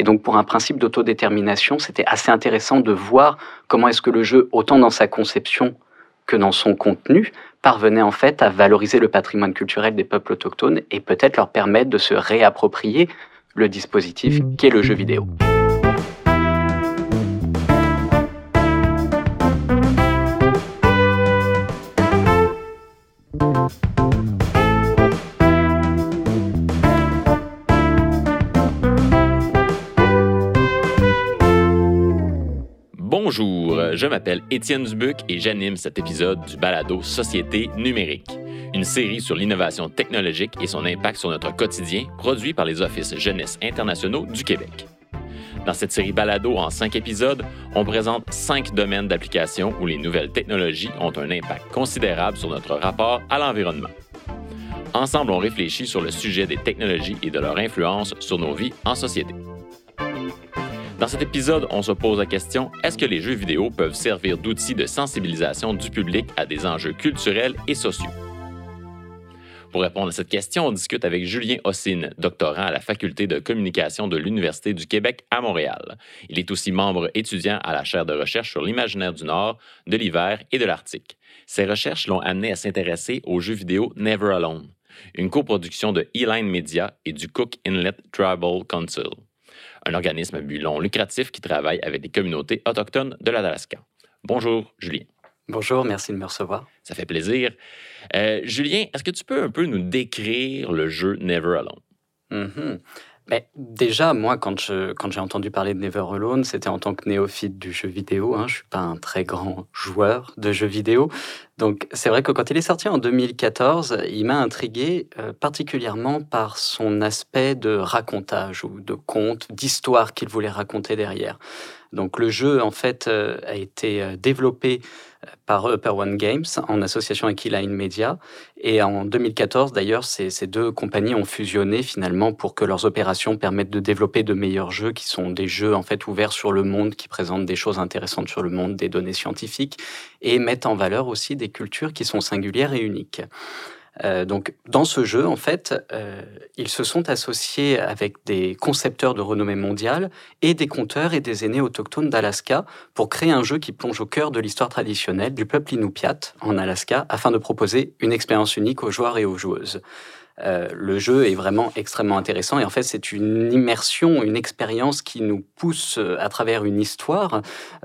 Et donc pour un principe d'autodétermination, c'était assez intéressant de voir comment est-ce que le jeu, autant dans sa conception que dans son contenu, parvenait en fait à valoriser le patrimoine culturel des peuples autochtones et peut-être leur permettre de se réapproprier le dispositif qu'est le jeu vidéo. Bonjour, je m'appelle Étienne Dubuc et j'anime cet épisode du balado Société numérique, une série sur l'innovation technologique et son impact sur notre quotidien, produit par les Offices jeunesse internationaux du Québec. Dans cette série balado en 5 épisodes, on présente 5 domaines d'application où les nouvelles technologies ont un impact considérable sur notre rapport à l'environnement. Ensemble, on réfléchit sur le sujet des technologies et de leur influence sur nos vies en société. Dans cet épisode, on se pose la question, est-ce que les jeux vidéo peuvent servir d'outils de sensibilisation du public à des enjeux culturels et sociaux? Pour répondre à cette question, on discute avec Julien Ossine, doctorant à la Faculté de communication de l'Université du Québec à Montréal. Il est aussi membre étudiant à la chaire de recherche sur l'imaginaire du Nord, de l'hiver et de l'Arctique. Ses recherches l'ont amené à s'intéresser aux jeux vidéo Never Alone, une coproduction de E-Line Media et du Cook Inlet Tribal Council, un organisme à but non lucratif qui travaille avec les communautés autochtones de l'Alaska. Bonjour, Julien. Bonjour, merci de me recevoir. Ça fait plaisir. Julien, est-ce que tu peux un peu nous décrire le jeu Never Alone? Mais déjà, moi, quand j'ai entendu parler de Never Alone, c'était en tant que néophyte du jeu vidéo. Je ne suis pas un très grand joueur de jeux vidéo. Donc, c'est vrai que quand il est sorti en 2014, il m'a intrigué particulièrement par son aspect de racontage ou de conte, d'histoire qu'il voulait raconter derrière. Donc, le jeu, en fait, a été développé par Upper One Games en association avec E-Line Media. Et en 2014, d'ailleurs, ces deux compagnies ont fusionné finalement pour que leurs opérations permettent de développer de meilleurs jeux qui sont des jeux en fait ouverts sur le monde, qui présentent des choses intéressantes sur le monde, des données scientifiques et mettent en valeur aussi des cultures qui sont singulières et uniques. Donc, dans ce jeu, en fait, ils se sont associés avec des concepteurs de renommée mondiale et des conteurs et des aînés autochtones d'Alaska pour créer un jeu qui plonge au cœur de l'histoire traditionnelle du peuple Inupiat en Alaska afin de proposer une expérience unique aux joueurs et aux joueuses. Le jeu est vraiment extrêmement intéressant et en fait c'est une immersion, une expérience qui nous pousse à travers une histoire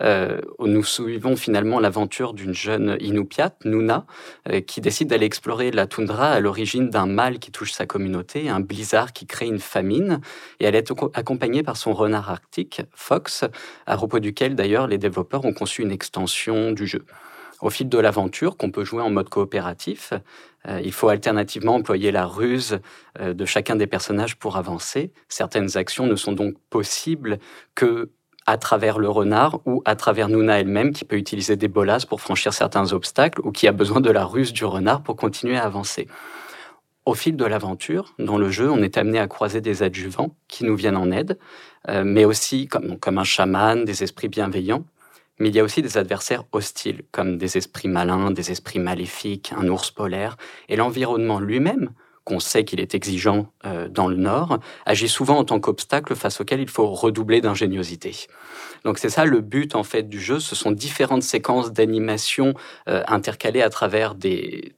où nous suivons finalement l'aventure d'une jeune Inupiat, Nuna, qui décide d'aller explorer la toundra à l'origine d'un mal qui touche sa communauté, un blizzard qui crée une famine, et elle est accompagnée par son renard arctique, Fox, à propos duquel d'ailleurs les développeurs ont conçu une extension du jeu. Au fil de l'aventure, qu'on peut jouer en mode coopératif, il faut alternativement employer la ruse de chacun des personnages pour avancer. Certaines actions ne sont donc possibles que à travers le renard ou à travers Nuna elle-même qui peut utiliser des bolas pour franchir certains obstacles ou qui a besoin de la ruse du renard pour continuer à avancer. Au fil de l'aventure, dans le jeu, on est amené à croiser des adjuvants qui nous viennent en aide, mais aussi comme un chaman, des esprits bienveillants. Mais il y a aussi des adversaires hostiles, comme des esprits malins, des esprits maléfiques, un ours polaire. Et l'environnement lui-même, qu'on sait qu'il est exigeant dans le Nord, agit souvent en tant qu'obstacle face auquel il faut redoubler d'ingéniosité. Donc c'est ça le but en fait du jeu, ce sont différentes séquences d'animation intercalées à travers des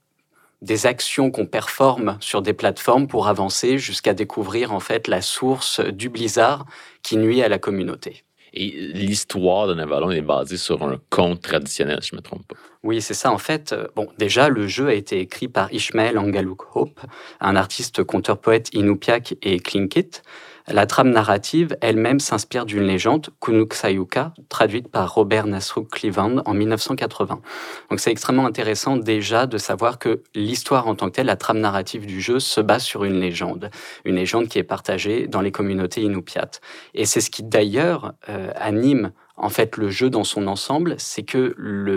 actions qu'on performe sur des plateformes pour avancer jusqu'à découvrir en fait la source du blizzard qui nuit à la communauté. Et l'histoire de Never Alone est basée sur un conte traditionnel, si je ne me trompe pas. Oui, c'est ça. En fait, déjà, le jeu a été écrit par Ishmael Angaluk Hope, un artiste, conteur-poète Inupiaq et Tlingit. La trame narrative elle-même s'inspire d'une légende, Kunuksayuka, traduite par Robert Nasruk Cleveland en 1980. Donc c'est extrêmement intéressant déjà de savoir que l'histoire en tant que telle, la trame narrative du jeu se base sur une légende qui est partagée dans les communautés Inupiat. Et c'est ce qui d'ailleurs anime en fait le jeu dans son ensemble, c'est que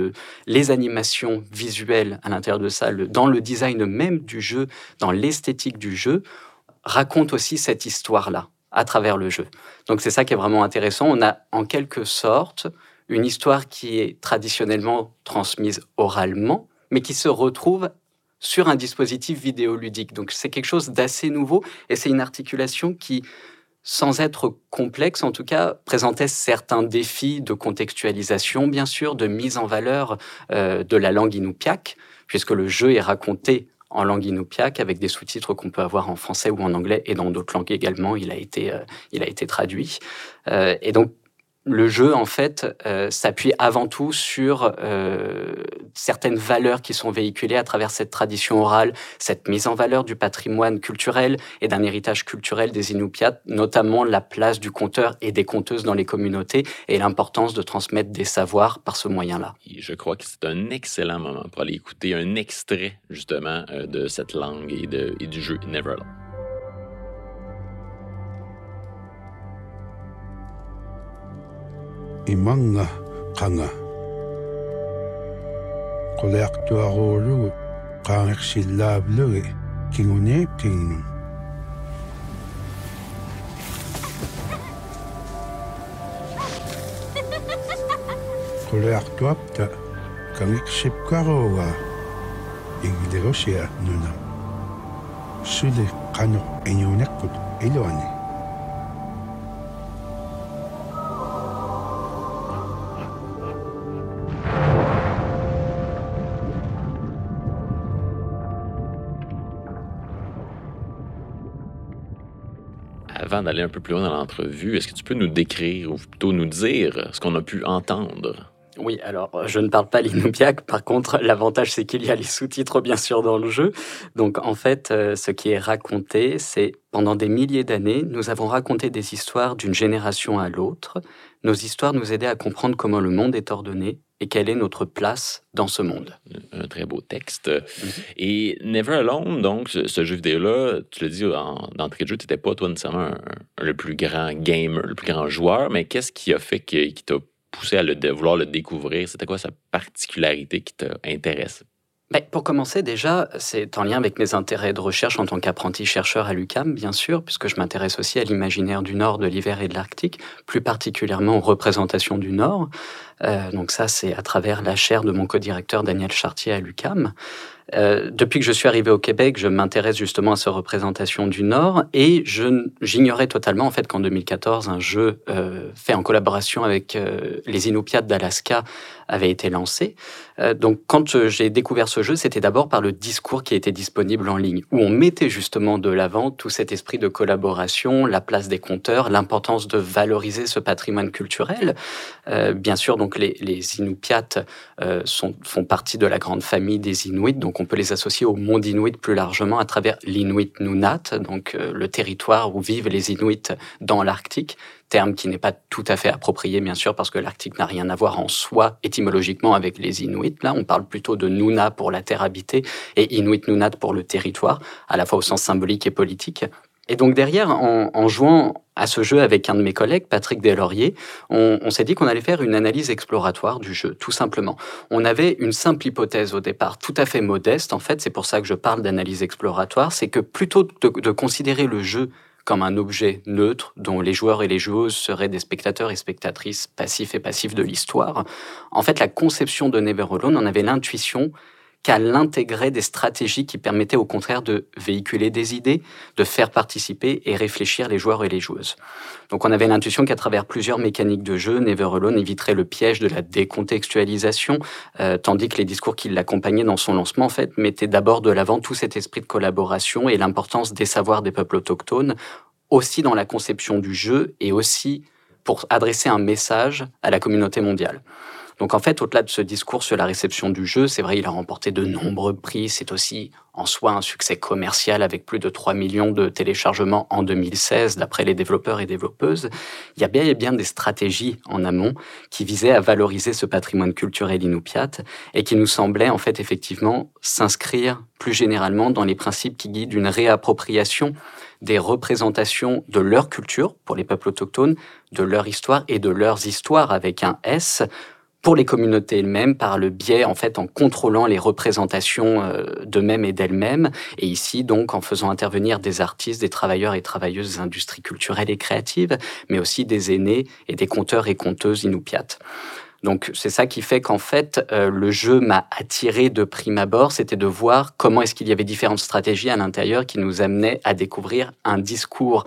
les animations visuelles à l'intérieur de ça, dans le design même du jeu, dans l'esthétique du jeu, racontent aussi cette histoire-là à travers le jeu. Donc c'est ça qui est vraiment intéressant. On a en quelque sorte une histoire qui est traditionnellement transmise oralement, mais qui se retrouve sur un dispositif vidéoludique. Donc c'est quelque chose d'assez nouveau et c'est une articulation qui sans être complexe, en tout cas, présentait certains défis de contextualisation, bien sûr, de mise en valeur de la langue inupiaq, puisque le jeu est raconté en langue inupiaq avec des sous-titres qu'on peut avoir en français ou en anglais et dans d'autres langues également. Il a été traduit. Et donc, le jeu, en fait, s'appuie avant tout sur certaines valeurs qui sont véhiculées à travers cette tradition orale, cette mise en valeur du patrimoine culturel et d'un héritage culturel des Inupiats, notamment la place du conteur et des conteuses dans les communautés et l'importance de transmettre des savoirs par ce moyen-là. Et je crois que c'est un excellent moment pour aller écouter un extrait, justement, de cette langue et du jeu Neverland. Imanga kanga koleaktuarulu qangexillaablui kinguneeptingnu koleaktuapta kangexipkarowa iglerosia nuna suli qano iñuneqqut iluani. Avant d'aller un peu plus loin dans l'entrevue, est-ce que tu peux nous décrire ou plutôt nous dire ce qu'on a pu entendre? Oui, alors je ne parle pas l'inupiaq. Par contre, l'avantage, c'est qu'il y a les sous-titres, bien sûr, dans le jeu. Donc, en fait, ce qui est raconté, c'est pendant des milliers d'années, nous avons raconté des histoires d'une génération à l'autre. Nos histoires nous aidaient à comprendre comment le monde est ordonné et quelle est notre place dans ce monde. Un très beau texte. Et Never Alone, donc, ce jeu vidéo-là, tu l'as dit d'entrée de jeu, tu n'étais pas, toi, nécessairement le plus grand gamer, le plus grand joueur, mais qu'est-ce qui a fait qui t'a poussé à vouloir le découvrir? C'était quoi sa particularité qui t'intéresse? Pour commencer, déjà, c'est en lien avec mes intérêts de recherche en tant qu'apprenti chercheur à l'UQAM, bien sûr, puisque je m'intéresse aussi à l'imaginaire du Nord, de l'hiver et de l'Arctique, plus particulièrement aux représentations du Nord. Donc ça, c'est à travers la chaire de mon co-directeur Daniel Chartier à l'UQAM. Depuis que je suis arrivé au Québec, je m'intéresse justement à ces représentations du Nord et j'ignorais totalement en fait qu'en 2014, un jeu fait en collaboration avec les Inupiats d'Alaska avait été lancé. Donc quand j'ai découvert ce jeu, c'était d'abord par le discours qui était disponible en ligne, où on mettait justement de l'avant tout cet esprit de collaboration, la place des conteurs, l'importance de valoriser ce patrimoine culturel. Bien sûr, donc les Inupiats font partie de la grande famille des Inuits, donc on peut les associer au monde Inuit plus largement à travers l'Inuit Nunat, donc le territoire où vivent les Inuits dans l'Arctique, terme qui n'est pas tout à fait approprié, bien sûr, parce que l'Arctique n'a rien à voir en soi, étymologiquement, avec les Inuits. Là, on parle plutôt de Nuna pour la terre habitée et Inuit Nunat pour le territoire, à la fois au sens symbolique et politique. Et donc derrière, en jouant à ce jeu avec un de mes collègues, Patrick Deslauriers, on s'est dit qu'on allait faire une analyse exploratoire du jeu, tout simplement. On avait une simple hypothèse au départ, tout à fait modeste, en fait, c'est pour ça que je parle d'analyse exploratoire, c'est que plutôt de considérer le jeu comme un objet neutre dont les joueurs et les joueuses seraient des spectateurs et spectatrices passifs et passifs de l'histoire, en fait, la conception de Never Alone, on avait l'intuition qu'elle intégrait des stratégies qui permettaient au contraire de véhiculer des idées, de faire participer et réfléchir les joueurs et les joueuses. Donc on avait l'intuition qu'à travers plusieurs mécaniques de jeu, Never Alone éviterait le piège de la décontextualisation, tandis que les discours qui l'accompagnaient dans son lancement en fait, mettaient d'abord de l'avant tout cet esprit de collaboration et l'importance des savoirs des peuples autochtones, aussi dans la conception du jeu et aussi pour adresser un message à la communauté mondiale. Donc en fait, au-delà de ce discours sur la réception du jeu, c'est vrai, il a remporté de nombreux prix. C'est aussi en soi un succès commercial avec plus de 3 millions de téléchargements en 2016, d'après les développeurs et développeuses. Il y a bien et bien des stratégies en amont qui visaient à valoriser ce patrimoine culturel inupiat et qui nous semblaient en fait effectivement s'inscrire plus généralement dans les principes qui guident une réappropriation des représentations de leur culture pour les peuples autochtones, de leur histoire et de leurs histoires avec un S, pour les communautés elles-mêmes, par le biais, en fait, en contrôlant les représentations d'eux-mêmes et d'elles-mêmes, et ici, donc, en faisant intervenir des artistes, des travailleurs et travailleuses des industries culturelles et créatives, mais aussi des aînés et des conteurs et conteuses inupiates. Donc, c'est ça qui fait qu'en fait, le jeu m'a attiré de prime abord, c'était de voir comment est-ce qu'il y avait différentes stratégies à l'intérieur qui nous amenaient à découvrir un discours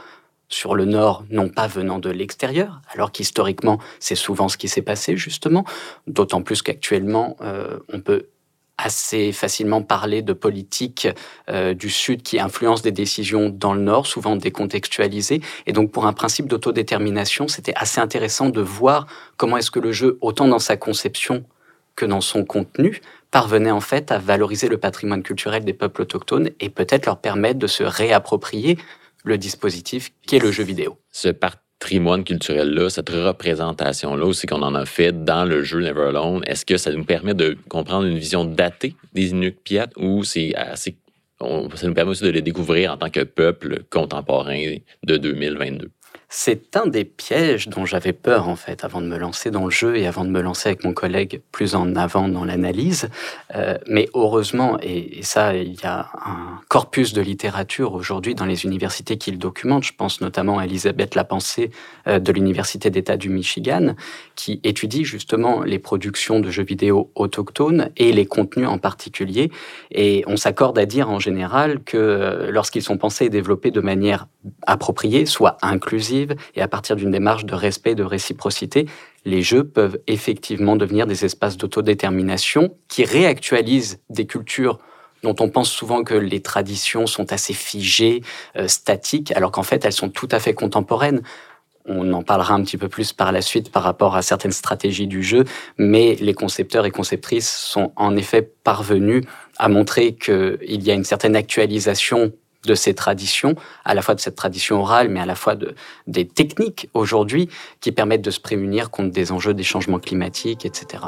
sur le Nord, non pas venant de l'extérieur, alors qu'historiquement, c'est souvent ce qui s'est passé, justement, d'autant plus qu'actuellement, on peut assez facilement parler de politique du Sud qui influence des décisions dans le Nord, souvent décontextualisées. Et donc, pour un principe d'autodétermination, c'était assez intéressant de voir comment est-ce que le jeu, autant dans sa conception que dans son contenu, parvenait en fait à valoriser le patrimoine culturel des peuples autochtones et peut-être leur permettre de se réapproprier le dispositif qui est le jeu vidéo. Ce patrimoine culturel-là, cette représentation-là aussi qu'on en a fait dans le jeu Never Alone, est-ce que ça nous permet de comprendre une vision datée des Inupiats ou c'est assez... ça nous permet aussi de les découvrir en tant que peuple contemporain de 2022? C'est un des pièges dont j'avais peur, en fait, avant de me lancer dans le jeu et avant de me lancer avec mon collègue plus en avant dans l'analyse. Mais heureusement, et ça, il y a un corpus de littérature aujourd'hui dans les universités qui le documente. Je pense notamment à Elisabeth Lapensée de l'Université d'État du Michigan, qui étudie justement les productions de jeux vidéo autochtones et les contenus en particulier. Et on s'accorde à dire en général que lorsqu'ils sont pensés et développés de manière appropriée, soit inclusive, et à partir d'une démarche de respect et de réciprocité, les jeux peuvent effectivement devenir des espaces d'autodétermination qui réactualisent des cultures dont on pense souvent que les traditions sont assez figées, statiques, alors qu'en fait, elles sont tout à fait contemporaines. On en parlera un petit peu plus par la suite par rapport à certaines stratégies du jeu, mais les concepteurs et conceptrices sont en effet parvenus à montrer qu'il y a une certaine actualisation de ces traditions, à la fois de cette tradition orale, mais à la fois des techniques aujourd'hui qui permettent de se prémunir contre des enjeux des changements climatiques, etc.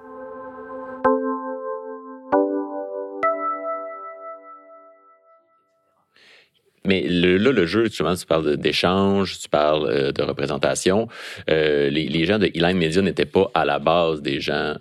Mais le jeu, justement, tu parles d'échange, tu parles de représentation. Les gens de Eline Media n'étaient pas à la base des gens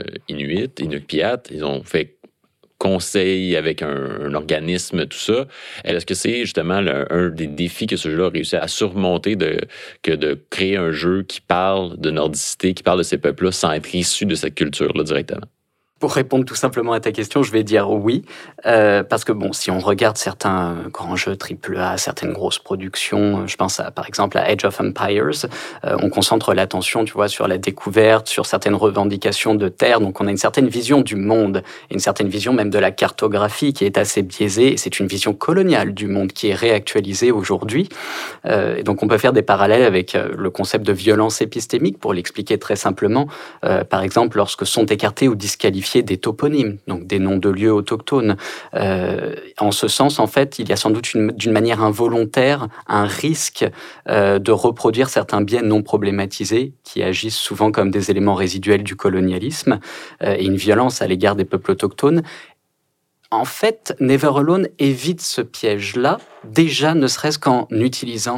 Inupiats. Ils ont fait conseil avec un organisme, tout ça. Est-ce que c'est justement un des défis que ce jeu-là a réussi à surmonter que de créer un jeu qui parle de nordicité, qui parle de ces peuples-là sans être issu de cette culture-là directement? Pour répondre tout simplement à ta question, je vais dire oui, parce que bon, si on regarde certains grands jeux AAA, certaines grosses productions, je pense par exemple à Age of Empires, on concentre l'attention, tu vois, sur la découverte, sur certaines revendications de terre, donc on a une certaine vision du monde, et une certaine vision même de la cartographie qui est assez biaisée, et c'est une vision coloniale du monde qui est réactualisée aujourd'hui, et donc on peut faire des parallèles avec le concept de violence épistémique, pour l'expliquer très simplement, par exemple lorsque sont écartés ou disqualifiés des toponymes, donc des noms de lieux autochtones. En ce sens, en fait, il y a sans doute d'une manière involontaire un risque de reproduire certains biais non problématisés qui agissent souvent comme des éléments résiduels du colonialisme et une violence à l'égard des peuples autochtones. En fait, Never Alone évite ce piège-là, déjà ne serait-ce qu'en utilisant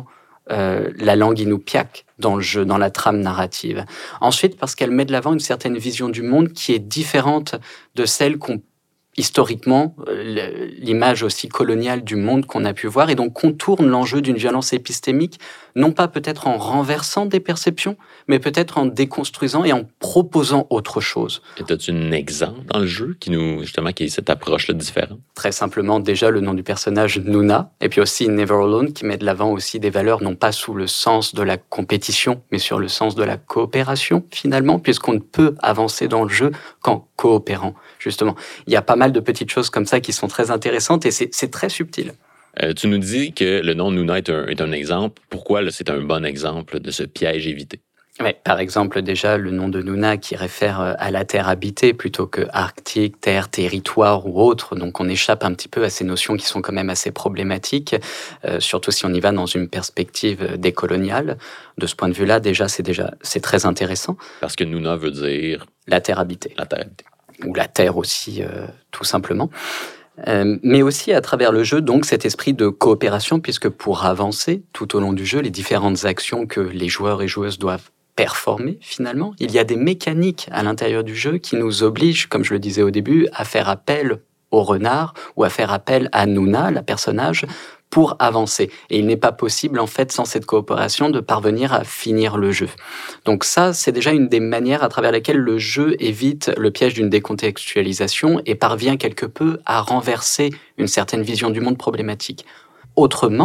la langue inupiaq dans le jeu, dans la trame narrative. Ensuite, parce qu'elle met de l'avant une certaine vision du monde qui est différente de celle qu'on historiquement, l'image aussi coloniale du monde qu'on a pu voir, et donc contourne l'enjeu d'une violence épistémique, non pas peut-être en renversant des perceptions, mais peut-être en déconstruisant et en proposant autre chose. Et as-tu un exemple dans le jeu qui ait cette approche-là différente? Très simplement, déjà le nom du personnage Nuna, et puis aussi Never Alone, qui met de l'avant aussi des valeurs non pas sous le sens de la compétition, mais sur le sens de la coopération, finalement, puisqu'on ne peut avancer dans le jeu qu'en coopérant, justement. Il y a pas mal de petites choses comme ça qui sont très intéressantes et c'est très subtil. Tu nous dis que le nom Nuna est un exemple. Pourquoi c'est un bon exemple de ce piège évité? Ouais, par exemple, déjà, le nom de Nuna qui réfère à la terre habitée plutôt que arctique, terre, territoire ou autre. Donc, on échappe un petit peu à ces notions qui sont quand même assez problématiques, surtout si on y va dans une perspective décoloniale. De ce point de vue-là, c'est très intéressant. Parce que Nuna veut dire... La terre habitée. La terre habitée. Ou la terre aussi, tout simplement. Mais aussi à travers le jeu, donc cet esprit de coopération, puisque pour avancer tout au long du jeu, les différentes actions que les joueurs et joueuses doivent performer finalement, il y a des mécaniques à l'intérieur du jeu qui nous obligent, comme je le disais au début, à faire appel au renard ou à faire appel à Nuna, la personnage, pour avancer. Et il n'est pas possible, en fait, sans cette coopération, de parvenir à finir le jeu. Donc ça, c'est déjà une des manières à travers lesquelles le jeu évite le piège d'une décontextualisation et parvient quelque peu à renverser une certaine vision du monde problématique. Autrement,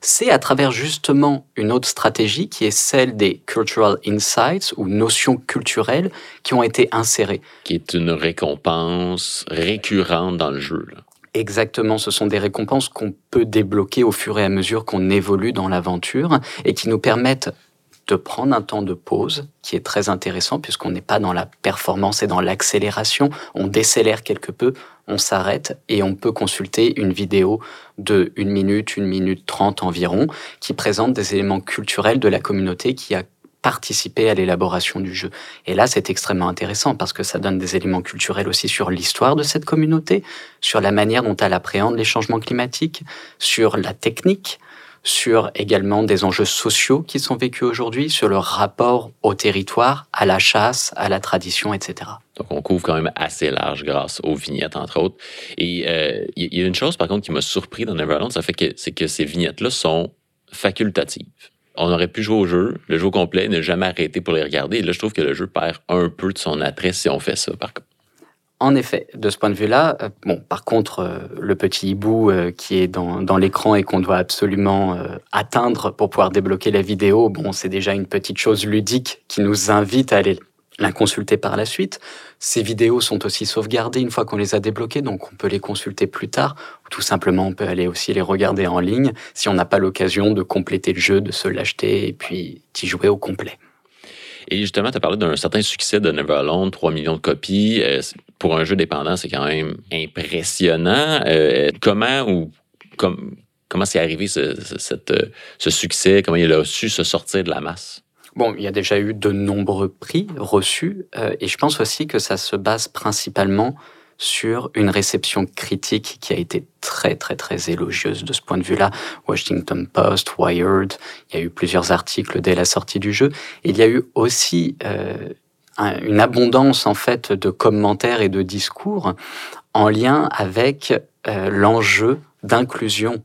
c'est à travers justement une autre stratégie qui est celle des cultural insights ou notions culturelles qui ont été insérées. Qui est une récompense récurrente dans le jeu, là. Exactement, ce sont des récompenses qu'on peut débloquer au fur et à mesure qu'on évolue dans l'aventure et qui nous permettent de prendre un temps de pause qui est très intéressant puisqu'on n'est pas dans la performance et dans l'accélération. On décélère quelque peu, on s'arrête et on peut consulter une vidéo de 1 minute 30 environ qui présente des éléments culturels de la communauté qui a participé à l'élaboration du jeu. Et là, c'est extrêmement intéressant parce que ça donne des éléments culturels aussi sur l'histoire de cette communauté, sur la manière dont elle appréhende les changements climatiques, sur la technique, sur également des enjeux sociaux qui sont vécus aujourd'hui, sur le rapport au territoire, à la chasse, à la tradition, etc. Donc, on couvre quand même assez large grâce aux vignettes, entre autres. Et il y a une chose, par contre, qui m'a surpris dans Neverland, c'est que ces vignettes-là sont facultatives. On aurait pu jouer au jeu, le jeu au complet, ne jamais arrêter pour les regarder. Et là, je trouve que le jeu perd un peu de son attrait si on fait ça, par contre. En effet, de ce point de vue-là, par contre, le petit hibou qui est dans l'écran et qu'on doit absolument atteindre pour pouvoir débloquer la vidéo, c'est déjà une petite chose ludique qui nous invite à aller la consulter par la suite. Ces vidéos sont aussi sauvegardées une fois qu'on les a débloquées, donc on peut les consulter plus tard, ou tout simplement on peut aller aussi les regarder en ligne si on n'a pas l'occasion de compléter le jeu, de se l'acheter et puis d'y jouer au complet. Et justement, tu as parlé d'un certain succès de Neverland, 3 millions de copies. Pour un jeu dépendant, c'est quand même impressionnant. Comment c'est arrivé ce succès? Comment il a su se sortir de la masse? Il y a déjà eu de nombreux prix reçus et je pense aussi que ça se base principalement sur une réception critique qui a été très, très, très élogieuse de ce point de vue-là. Washington Post, Wired, il y a eu plusieurs articles dès la sortie du jeu. Il y a eu aussi une abondance, en fait, de commentaires et de discours en lien avec l'enjeu d'inclusion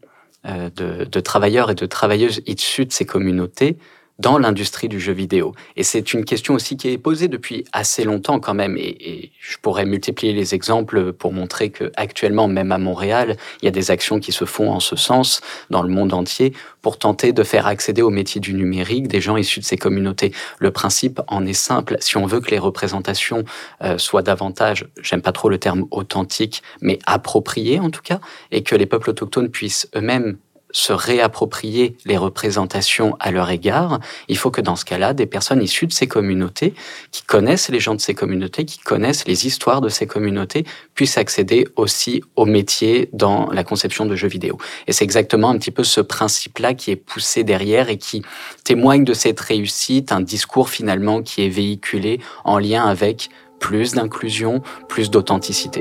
de travailleurs et de travailleuses issus de ces communautés dans l'industrie du jeu vidéo. Et c'est une question aussi qui est posée depuis assez longtemps quand même. Et je pourrais multiplier les exemples pour montrer qu'actuellement, même à Montréal, il y a des actions qui se font en ce sens dans le monde entier pour tenter de faire accéder au métier du numérique des gens issus de ces communautés. Le principe en est simple. Si on veut que les représentations soient davantage, j'aime pas trop le terme authentique, mais appropriées en tout cas, et que les peuples autochtones puissent eux-mêmes se réapproprier les représentations à leur égard, il faut que dans ce cas-là, des personnes issues de ces communautés, qui connaissent les gens de ces communautés, qui connaissent les histoires de ces communautés, puissent accéder aussi au métier dans la conception de jeux vidéo. Et c'est exactement un petit peu ce principe-là qui est poussé derrière et qui témoigne de cette réussite, un discours finalement qui est véhiculé en lien avec plus d'inclusion, plus d'authenticité.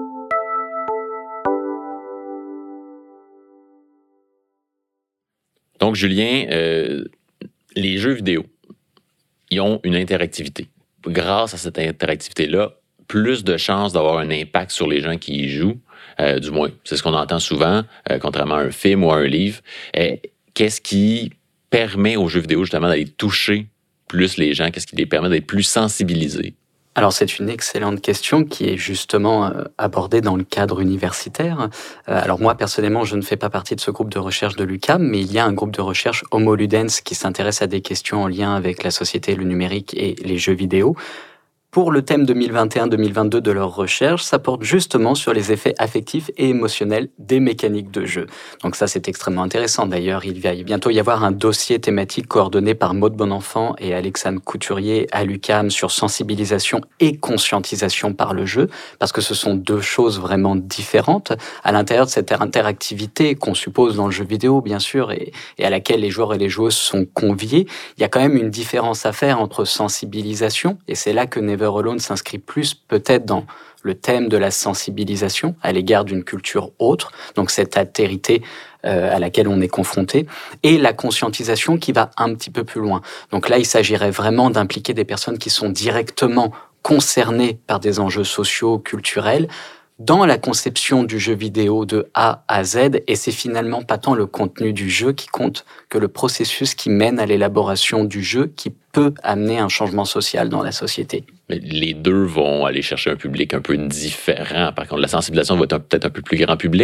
Donc, Julien, les jeux vidéo, ils ont une interactivité. Grâce à cette interactivité-là, plus de chances d'avoir un impact sur les gens qui y jouent. Du moins, c'est ce qu'on entend souvent, contrairement à un film ou à un livre. Qu'est-ce qui permet aux jeux vidéo, justement, d'aller toucher plus les gens? Qu'est-ce qui les permet d'être plus sensibilisés? Alors, c'est une excellente question qui est justement abordée dans le cadre universitaire. Alors moi, personnellement, je ne fais pas partie de ce groupe de recherche de l'UQAM, mais il y a un groupe de recherche Homo Ludens qui s'intéresse à des questions en lien avec la société, le numérique et les jeux vidéo. Pour le thème 2021-2022 de leur recherche, ça porte justement sur les effets affectifs et émotionnels des mécaniques de jeu. Donc ça, c'est extrêmement intéressant. D'ailleurs, il va bientôt y avoir un dossier thématique coordonné par Maude Bonenfant et Alexandre Couturier à l'UQAM sur sensibilisation et conscientisation par le jeu, parce que ce sont deux choses vraiment différentes. À l'intérieur de cette interactivité qu'on suppose dans le jeu vidéo, bien sûr, et à laquelle les joueurs et les joueuses sont conviés, il y a quand même une différence à faire entre sensibilisation, et c'est là que Never Alone s'inscrit plus peut-être dans le thème de la sensibilisation à l'égard d'une culture autre, donc cette altérité à laquelle on est confronté, et la conscientisation qui va un petit peu plus loin. Donc là, il s'agirait vraiment d'impliquer des personnes qui sont directement concernées par des enjeux sociaux, culturels, dans la conception du jeu vidéo de A à Z, et c'est finalement pas tant le contenu du jeu qui compte que le processus qui mène à l'élaboration du jeu qui peut amener un changement social dans la société. Mais les deux vont aller chercher un public un peu différent. Par contre, la sensibilisation va être peut-être un peu plus grand public.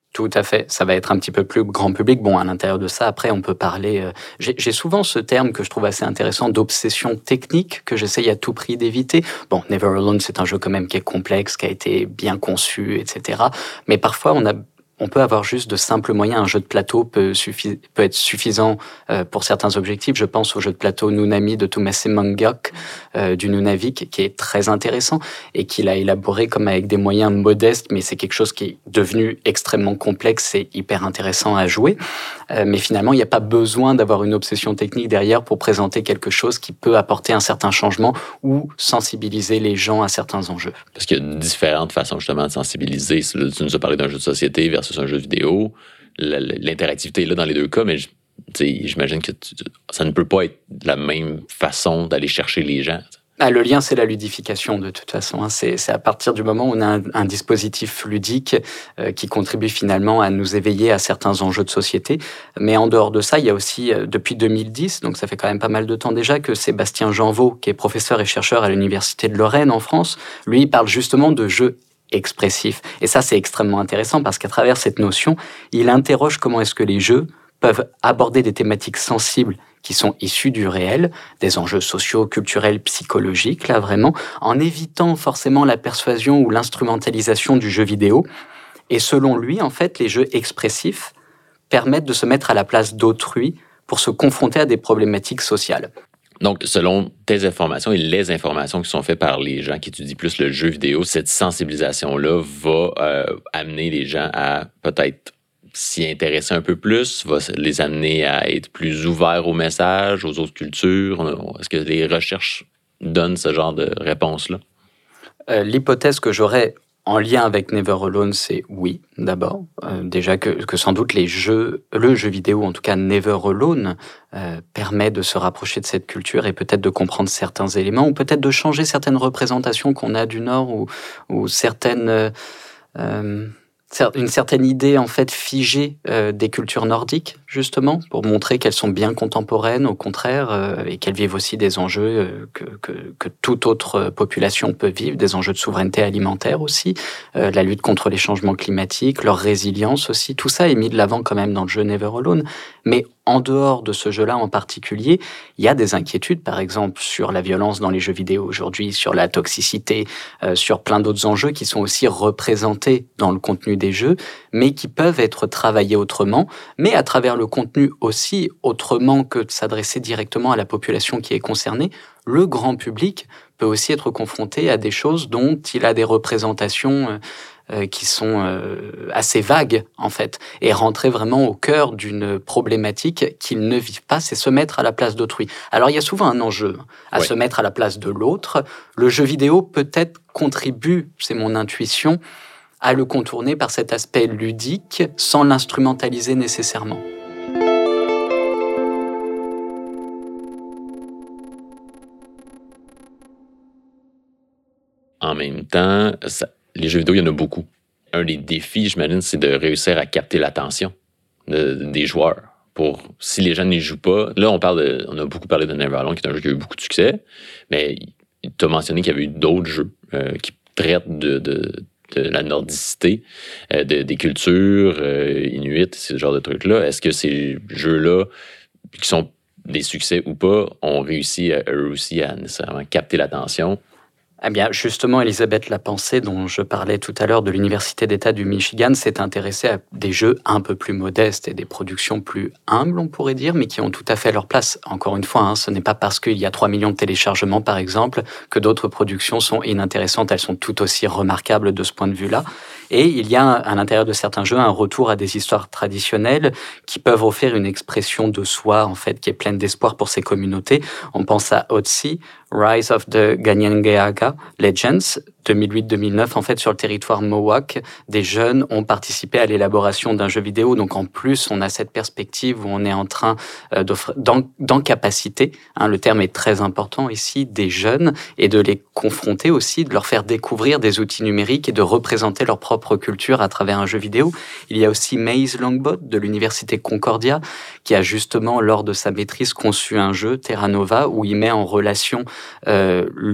Tout à fait, ça va être un petit peu plus grand public. Bon, à l'intérieur de ça, après, on peut parler... J'ai souvent ce terme que je trouve assez intéressant d'obsession technique que j'essaye à tout prix d'éviter. Bon, Never Alone, c'est un jeu quand même qui est complexe, qui a été bien conçu, etc. Mais parfois, on peut avoir juste de simples moyens. Un jeu de plateau peut être suffisant pour certains objectifs. Je pense au jeu de plateau Nunami de Tumase Mangyok du Nunavik, qui est très intéressant et qu'il a élaboré comme avec des moyens modestes, mais c'est quelque chose qui est devenu extrêmement complexe et hyper intéressant à jouer. Mais finalement, il n'y a pas besoin d'avoir une obsession technique derrière pour présenter quelque chose qui peut apporter un certain changement ou sensibiliser les gens à certains enjeux. Parce qu'il y a différentes façons justement de sensibiliser. Tu nous as parlé d'un jeu de société versus un jeu vidéo. L'interactivité est là dans les deux cas, mais j'imagine que ça ne peut pas être la même façon d'aller chercher les gens. Le lien, c'est la ludification de toute façon. C'est à partir du moment où on a un dispositif ludique qui contribue finalement à nous éveiller à certains enjeux de société. Mais en dehors de ça, il y a aussi, depuis 2010, donc ça fait quand même pas mal de temps déjà, que Sébastien Janvaux, qui est professeur et chercheur à l'Université de Lorraine en France, lui parle justement de jeux expressifs. Et ça, c'est extrêmement intéressant parce qu'à travers cette notion, il interroge comment est-ce que les jeux peuvent aborder des thématiques sensibles qui sont issus du réel, des enjeux sociaux, culturels, psychologiques, là vraiment, en évitant forcément la persuasion ou l'instrumentalisation du jeu vidéo. Et selon lui, en fait, les jeux expressifs permettent de se mettre à la place d'autrui pour se confronter à des problématiques sociales. Donc, selon tes informations et les informations qui sont faites par les gens qui étudient plus le jeu vidéo, cette sensibilisation-là va amener les gens à peut-être s'y intéresser un peu plus, va les amener à être plus ouverts aux messages, aux autres cultures. Est-ce que les recherches donnent ce genre de réponse-là? L'hypothèse que j'aurais en lien avec Never Alone, c'est oui, d'abord. Déjà que sans doute le jeu vidéo, en tout cas Never Alone, permet de se rapprocher de cette culture et peut-être de comprendre certains éléments, ou peut-être de changer certaines représentations qu'on a du Nord, ou certaines... une certaine idée en fait figée des cultures nordiques, justement, pour montrer qu'elles sont bien contemporaines, au contraire, et qu'elles vivent aussi des enjeux que toute autre population peut vivre, des enjeux de souveraineté alimentaire aussi, la lutte contre les changements climatiques, leur résilience aussi. Tout ça est mis de l'avant quand même dans le jeu Never Alone. Mais en dehors de ce jeu-là en particulier, il y a des inquiétudes, par exemple, sur la violence dans les jeux vidéo aujourd'hui, sur la toxicité, sur plein d'autres enjeux qui sont aussi représentés dans le contenu des jeux, mais qui peuvent être travaillés autrement, mais à travers le contenu aussi, autrement que de s'adresser directement à la population qui est concernée. Le grand public peut aussi être confronté à des choses dont il a des représentations qui sont assez vagues, en fait, et rentrer vraiment au cœur d'une problématique qu'ils ne vivent pas, c'est se mettre à la place d'autrui. Alors, il y a souvent un enjeu à se mettre à la place de l'autre. Le jeu vidéo, peut-être, contribue, c'est mon intuition, à le contourner par cet aspect ludique, sans l'instrumentaliser nécessairement. En même temps, les jeux vidéo, il y en a beaucoup. Un des défis, j'imagine, c'est de réussir à capter l'attention des joueurs. Si les gens n'y jouent pas, là, on a beaucoup parlé de Never Alone, qui est un jeu qui a eu beaucoup de succès, mais tu as mentionné qu'il y avait eu d'autres jeux qui traitent de la nordicité, des cultures inuites, ce genre de trucs-là. Est-ce que ces jeux-là, qui sont des succès ou pas, ont réussi eux aussi à nécessairement capter l'attention? Eh bien, justement, Elisabeth Lapensée, dont je parlais tout à l'heure de l'Université d'État du Michigan, s'est intéressée à des jeux un peu plus modestes et des productions plus humbles, on pourrait dire, mais qui ont tout à fait leur place. Encore une fois, ce n'est pas parce qu'il y a 3 millions de téléchargements, par exemple, que d'autres productions sont inintéressantes. Elles sont tout aussi remarquables de ce point de vue-là. Et il y a, à l'intérieur de certains jeux, un retour à des histoires traditionnelles qui peuvent offrir une expression de soi, en fait, qui est pleine d'espoir pour ces communautés. On pense à Otzi, Rise of the Ganyangeaga Legends, 2008-2009, en fait, sur le territoire Mohawk, des jeunes ont participé à l'élaboration d'un jeu vidéo. Donc, en plus, on a cette perspective où on est en train d'encapaciter, le terme est très important ici, des jeunes, et de les confronter aussi, de leur faire découvrir des outils numériques et de représenter leur propre culture à travers un jeu vidéo. Il y a aussi Maze Longbot de l'Université Concordia, qui a justement, lorh de sa maîtrise, conçu un jeu, Terra Nova, où il met en relation le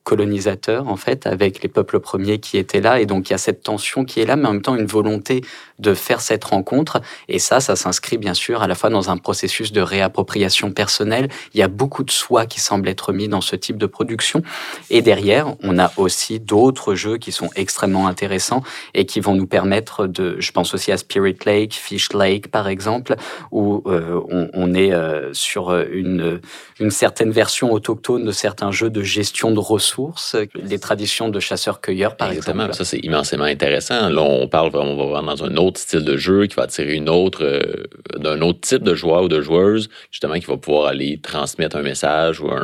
colonisateur, en fait, avec les peuples premiers qui étaient là. Et donc, il y a cette tension qui est là, mais en même temps, une volonté de faire cette rencontre. Et ça s'inscrit, bien sûr, à la fois dans un processus de réappropriation personnelle. Il y a beaucoup de soi qui semble être mis dans ce type de production. Et derrière, on a aussi d'autres jeux qui sont extrêmement intéressants et qui vont nous permettre je pense aussi à Spirit Lake, Fish Lake, par exemple, où on est sur une certaine version autochtone de certains jeux de gestion de ressources, les traditions de chasseurs-cueilleurs, par exemple. Ça, c'est immensément intéressant. Là, on va voir dans un autre style de jeu qui va attirer d'un autre type de joueur ou de joueuse, justement, qui va pouvoir aller transmettre un message ou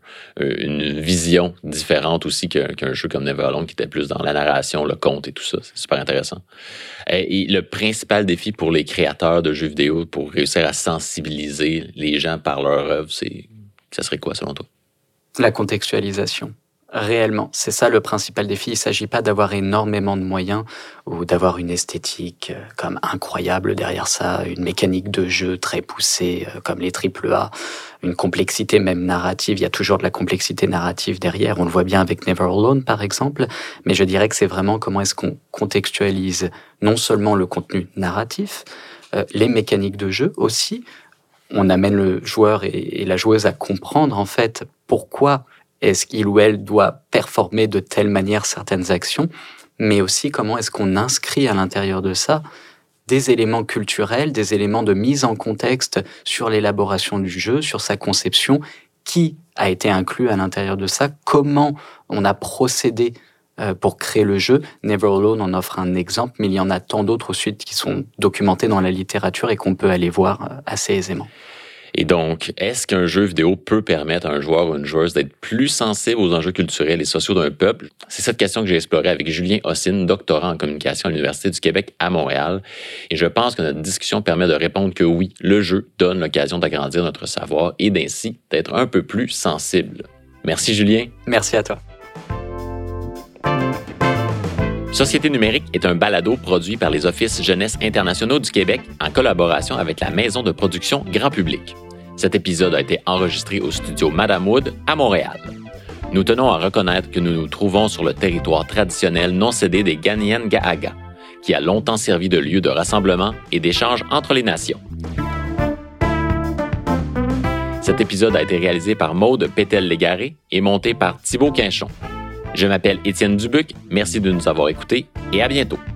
une vision différente aussi qu'un jeu comme Neveralone qui était plus dans la narration, le conte et tout ça. C'est super intéressant. Et le principal défi pour les créateurs de jeux vidéo pour réussir à sensibiliser les gens par leur œuvre, ça serait quoi selon toi? La contextualisation. Réellement, c'est ça le principal défi. Il ne s'agit pas d'avoir énormément de moyens ou d'avoir une esthétique comme incroyable derrière ça, une mécanique de jeu très poussée comme les AAA, une complexité même narrative. Il y a toujours de la complexité narrative derrière. On le voit bien avec Neveralone, par exemple. Mais je dirais que c'est vraiment comment est-ce qu'on contextualise non seulement le contenu narratif, les mécaniques de jeu aussi. On amène le joueur et la joueuse à comprendre en fait pourquoi est-ce qu'il ou elle doit performer de telle manière certaines actions, mais aussi comment est-ce qu'on inscrit à l'intérieur de ça des éléments culturels, des éléments de mise en contexte sur l'élaboration du jeu, sur sa conception, qui a été inclus à l'intérieur de ça, comment on a procédé pour créer le jeu. Neveralone en offre un exemple, mais il y en a tant d'autres aussi qui sont documentés dans la littérature et qu'on peut aller voir assez aisément. Et donc, est-ce qu'un jeu vidéo peut permettre à un joueur ou une joueuse d'être plus sensible aux enjeux culturels et sociaux d'un peuple? C'est cette question que j'ai explorée avec Julien Ossine, doctorant en communication à l'Université du Québec à Montréal. Et je pense que notre discussion permet de répondre que oui, le jeu donne l'occasion d'agrandir notre savoir et d'ainsi d'être un peu plus sensible. Merci Julien. Merci à toi. Société numérique est un balado produit par les Offices jeunesse internationaux du Québec en collaboration avec la maison de production Grand Public. Cet épisode a été enregistré au studio Madame Wood à Montréal. Nous tenons à reconnaître que nous nous trouvons sur le territoire traditionnel non cédé des Kanien'kehá:ka, qui a longtemps servi de lieu de rassemblement et d'échange entre les nations. Cet épisode a été réalisé par Maude Pétel-Légaré et monté par Thibaut Quinchon. Je m'appelle Étienne Dubuc, merci de nous avoir écoutés et à bientôt.